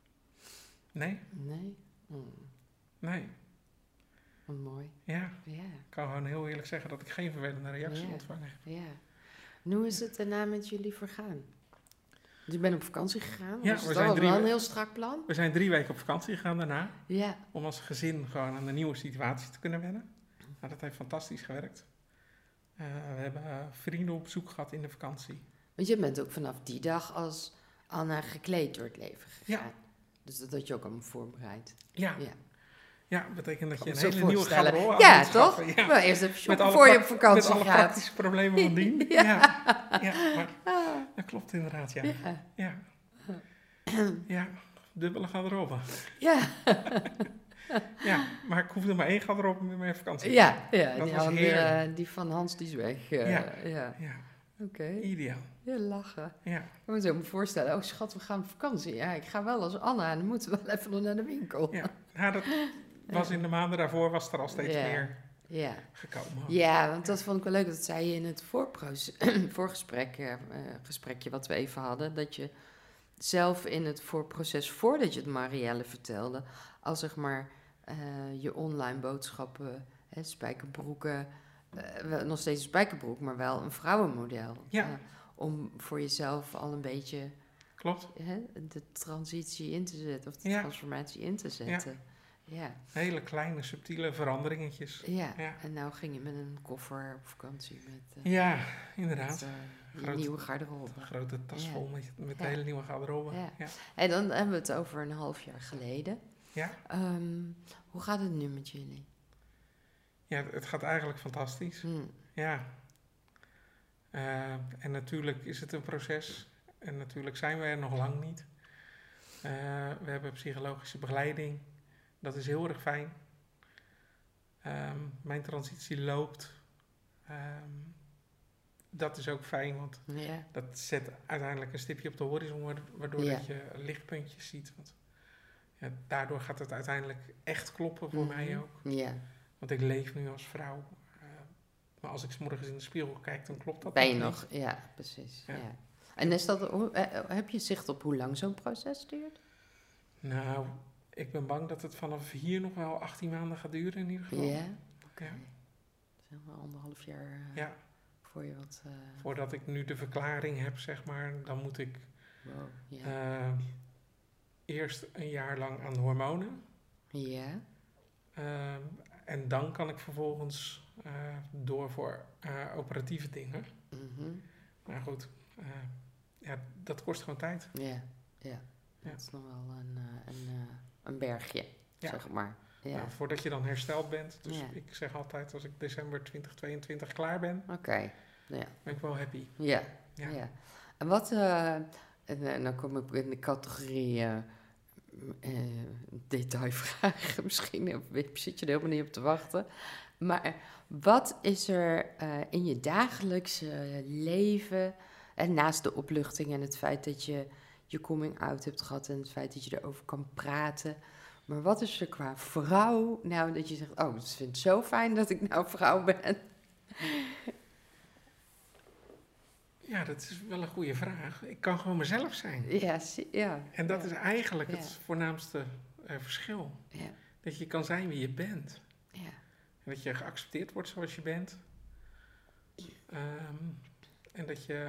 Nee, Nee? nee. Wat mooi. Ja, Ja. ik kan gewoon heel eerlijk zeggen dat ik geen vervelende reactie Ja. ontvangen heb. Ja. En hoe is het daarna met jullie vergaan? Dus je bent op vakantie gegaan? Ja, Was we het zijn al 3 wel een heel strak plan? We zijn 3 weken op vakantie gegaan daarna. Ja. Om als gezin gewoon aan de nieuwe situatie te kunnen wennen. Nou, dat heeft fantastisch gewerkt. We hebben vrienden op bezoek gehad in de vakantie. Want je bent ook vanaf die dag als Anna gekleed door het leven gegaan. Ja. Dus dat had je ook allemaal voorbereid. Ja, Ja. ja betekent dat je Kan een me zo hele nieuwe voorstellen. garderobe aan Ja, moet toch? schaffen. Ja. Maar eerst even shoppen alle voor je op Met vakantie alle gaat. praktische problemen van dien. Ja. Ja, maar dat klopt inderdaad, ja. Ja. Ja, ja dubbele garderobe. Ja. Ja, maar ik hoefde maar 1 garderobe met mijn vakantie. Ja, Dat die, was heerlijk. die van Hans die is weg. Ja. Ja. Ja, Oké. ideaal. Ja, lachen. Ja, Ik kan me zo voorstellen. Oh schat, we gaan op vakantie. Ja, ik ga wel als Anna en dan moeten we wel even nog naar de winkel. ja. Ja, dat was in de maanden daarvoor was er al steeds Ja. meer Ja. gekomen. Ja, want dat vond ik wel leuk. Dat zei je in het voorgesprek, gesprekje wat we even hadden. Dat je zelf in het voorproces, voordat je het Marielle vertelde, al zeg maar je online boodschappen, spijkerbroeken, nog steeds een spijkerbroek, maar wel een vrouwenmodel. Ja. Om voor jezelf al een beetje Klopt. de transitie in te zetten, of de Ja. transformatie in te zetten. Ja. Hele kleine, subtiele veranderingetjes. Ja. Ja. En nou ging je met een koffer op vakantie met... Ja, inderdaad. Met, je Grote- nieuwe garderobe. Een grote tas Ja. vol met Ja. de hele nieuwe garderobe. Ja. Ja. En dan hebben we het over een half jaar geleden. Ja. Hoe gaat het nu met jullie? Ja, het gaat eigenlijk fantastisch. Ja. En natuurlijk is het een proces. En natuurlijk zijn we er nog lang niet. We hebben psychologische begeleiding. Dat is heel erg fijn. Mijn transitie loopt. Dat is ook fijn, want Ja. dat zet uiteindelijk een stipje op de horizon, waardoor Ja. dat je lichtpuntjes ziet. Want ja, daardoor gaat het uiteindelijk echt kloppen voor mij ook. Ja. Want ik leef nu als vrouw. Maar als ik 's morgens in de spiegel kijk, dan klopt dat Ben je niet. nog? Ja, precies. Ja. Ja. En is dat, heb je zicht op hoe lang zo'n proces duurt? Nou, ik ben bang dat het vanaf hier nog wel 18 maanden gaat duren in ieder geval. Ja. Oké. Ja. Dat is wel 1,5 jaar Ja. voor je wat... Voordat ik nu de verklaring heb, zeg maar, dan moet ik wow. Ja. eerst een jaar lang aan hormonen. Ja. En dan kan ik vervolgens door voor operatieve dingen. Mhm. Maar goed, ja, dat kost gewoon tijd. Ja. Ja. Ja. Dat is nog wel een bergje, Ja. zeg maar. Ja. Nou, voordat je dan hersteld bent. Dus Ja. ik zeg altijd, als ik december 2022 klaar ben, Oké. Ja. ben ik wel happy. Ja. Ja. Ja. En wat, en dan kom ik in de categorie detailvragen. Misschien zit je er helemaal niet op te wachten. Maar wat is er in je dagelijkse leven, en naast de opluchting en het feit dat je je coming out hebt gehad en het feit dat je erover kan praten, maar wat is er qua vrouw, nou dat je zegt, oh, ik vind het zo fijn dat ik nou vrouw ben? Ja, dat is wel een goede vraag. Ik kan gewoon mezelf zijn. Ja, ja. En dat is eigenlijk Ja. het voornaamste verschil. Ja. Dat je kan zijn wie je bent. Ja. En dat je geaccepteerd wordt zoals je bent. En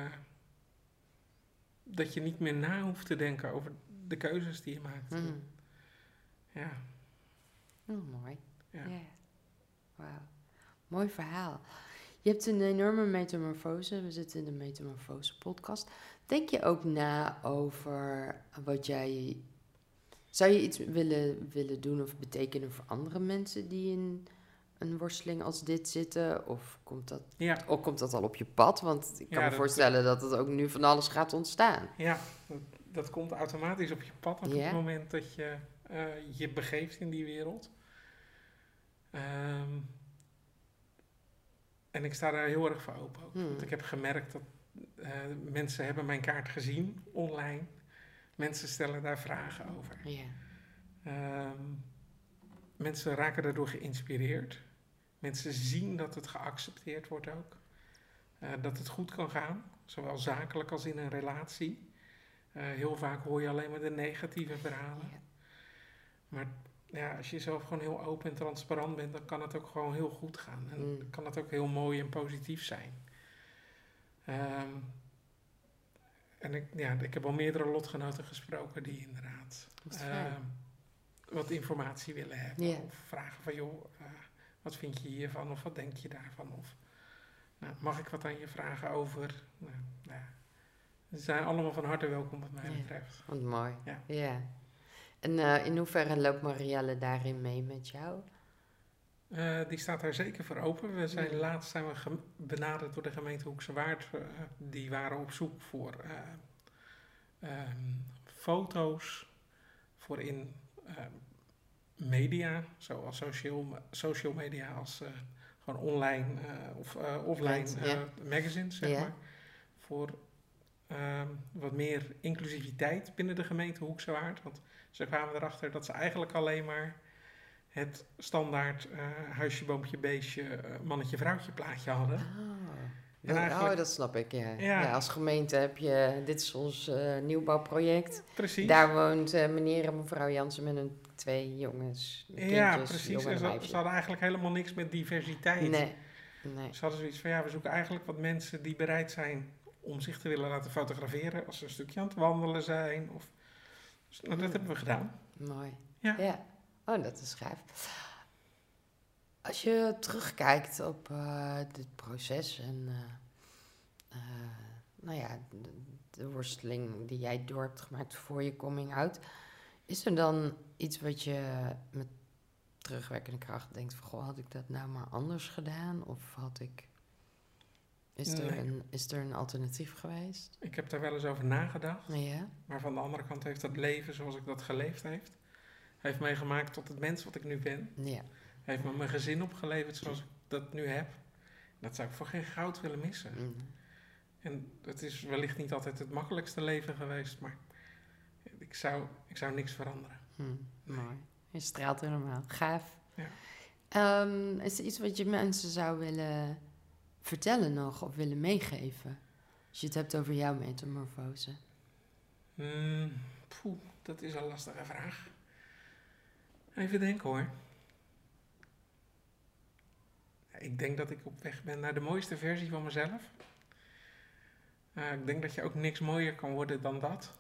dat je niet meer na hoeft te denken over de keuzes die je maakt. Mm. Ja. Oh, mooi. Ja. Ja. Wauw. Mooi verhaal. Je hebt een enorme metamorfose. We zitten in de Metamorfose podcast. Denk je ook na over wat jij... Zou je iets willen doen of betekenen voor andere mensen die in een worsteling als dit zitten? Of komt dat al op je pad? Want ik kan me voorstellen dat het ook nu van alles gaat ontstaan. Ja, dat komt automatisch op je pad op het moment dat je je begeeft in die wereld. En ik sta daar heel erg voor open ook. Want ik heb gemerkt dat mensen hebben mijn kaart gezien online. Mensen stellen daar vragen over. Mensen raken daardoor geïnspireerd. Mensen zien dat het geaccepteerd wordt ook. Dat het goed kan gaan, zowel zakelijk als in een relatie. Heel vaak hoor je alleen maar de negatieve verhalen. Maar ja, als je zelf gewoon heel open en transparant bent, dan kan het ook gewoon heel goed gaan. En dan kan het ook heel mooi en positief zijn. En ik heb al meerdere lotgenoten gesproken die inderdaad wat informatie willen hebben. Of vragen van, joh, wat vind je hiervan? Of wat denk je daarvan? Of mag ik wat aan je vragen over? Ze zijn allemaal van harte welkom wat mij betreft. Wat mooi. Ja. En in hoeverre loopt Marielle daarin mee met jou? Die staat daar zeker voor open. Laatst zijn we benaderd door de gemeente Hoekse Waard. Die waren op zoek voor foto's voor in media, zoals social media als gewoon online of offline magazines, zeg maar. Voor wat meer inclusiviteit binnen de gemeente Hoekse Waard. Want ze kwamen erachter dat ze eigenlijk alleen maar het standaard huisje, boompje, beestje, mannetje, vrouwtje plaatje hadden. Dat snap ik, ja. Als gemeente heb je, dit is ons nieuwbouwproject. Precies. Daar woont meneer en mevrouw Jansen met hun 2 jongens. Ja, precies. En ze hadden eigenlijk helemaal niks met diversiteit. Nee. Ze hadden zoiets van, we zoeken eigenlijk wat mensen die bereid zijn om zich te willen laten fotograferen als ze een stukje aan het wandelen zijn. Dus, dat hebben we gedaan. Mooi. Ja. Oh, dat is gaaf. Als je terugkijkt op dit proces en de worsteling die jij door hebt gemaakt voor je coming out, is er dan iets wat je met terugwerkende kracht denkt van, goh, had ik dat nou maar anders gedaan? Of is er een alternatief geweest? Ik heb daar wel eens over nagedacht. Ja. Maar van de andere kant heeft dat leven zoals ik dat geleefd heeft mij gemaakt tot het mens wat ik nu ben. Ja. Heeft me mijn gezin opgeleverd zoals ik dat nu heb. Dat zou ik voor geen goud willen missen. En het is wellicht niet altijd het makkelijkste leven geweest, maar ik zou niks veranderen. Mooi. Je straalt helemaal. Gaaf. Ja. Is er iets wat je mensen zou willen vertellen nog of willen meegeven? Als je het hebt over jouw metamorfose. Dat is een lastige vraag. Even denken hoor. Ik denk dat ik op weg ben naar de mooiste versie van mezelf. Ik denk dat je ook niks mooier kan worden dan dat.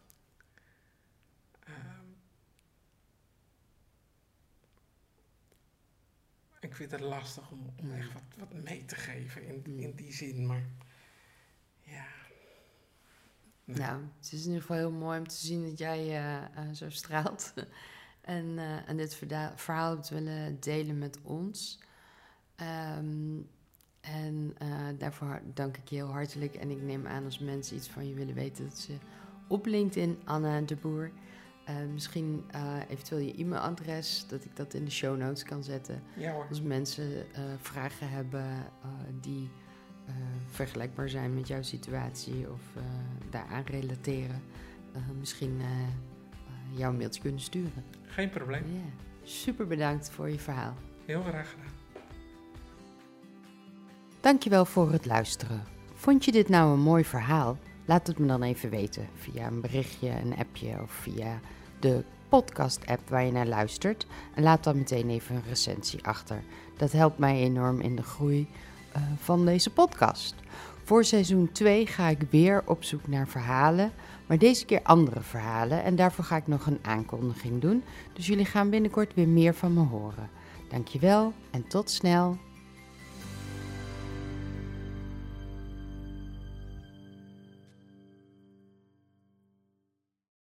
Ik vind het lastig om echt wat mee te geven in die zin, maar ja. Nee. Nou, het is in ieder geval heel mooi om te zien dat jij zo straalt en dit verhaal hebt willen delen met ons. Daarvoor dank ik je heel hartelijk. En ik neem aan als mensen iets van je willen weten, dat ze op LinkedIn Anna de Boer. Misschien eventueel je e-mailadres, dat ik dat in de show notes kan zetten. Ja hoor. Als mensen vragen hebben die vergelijkbaar zijn met jouw situatie of daaraan relateren, misschien jouw mailtje kunnen sturen. Geen probleem. Ja. Super bedankt voor je verhaal. Heel graag gedaan. Dankjewel voor het luisteren. Vond je dit nou een mooi verhaal? Laat het me dan even weten via een berichtje, een appje of via de podcast-app waar je naar luistert. En laat dan meteen even een recensie achter. Dat helpt mij enorm in de groei van deze podcast. Voor seizoen 2 ga ik weer op zoek naar verhalen, maar deze keer andere verhalen. En daarvoor ga ik nog een aankondiging doen. Dus jullie gaan binnenkort weer meer van me horen. Dankjewel en tot snel.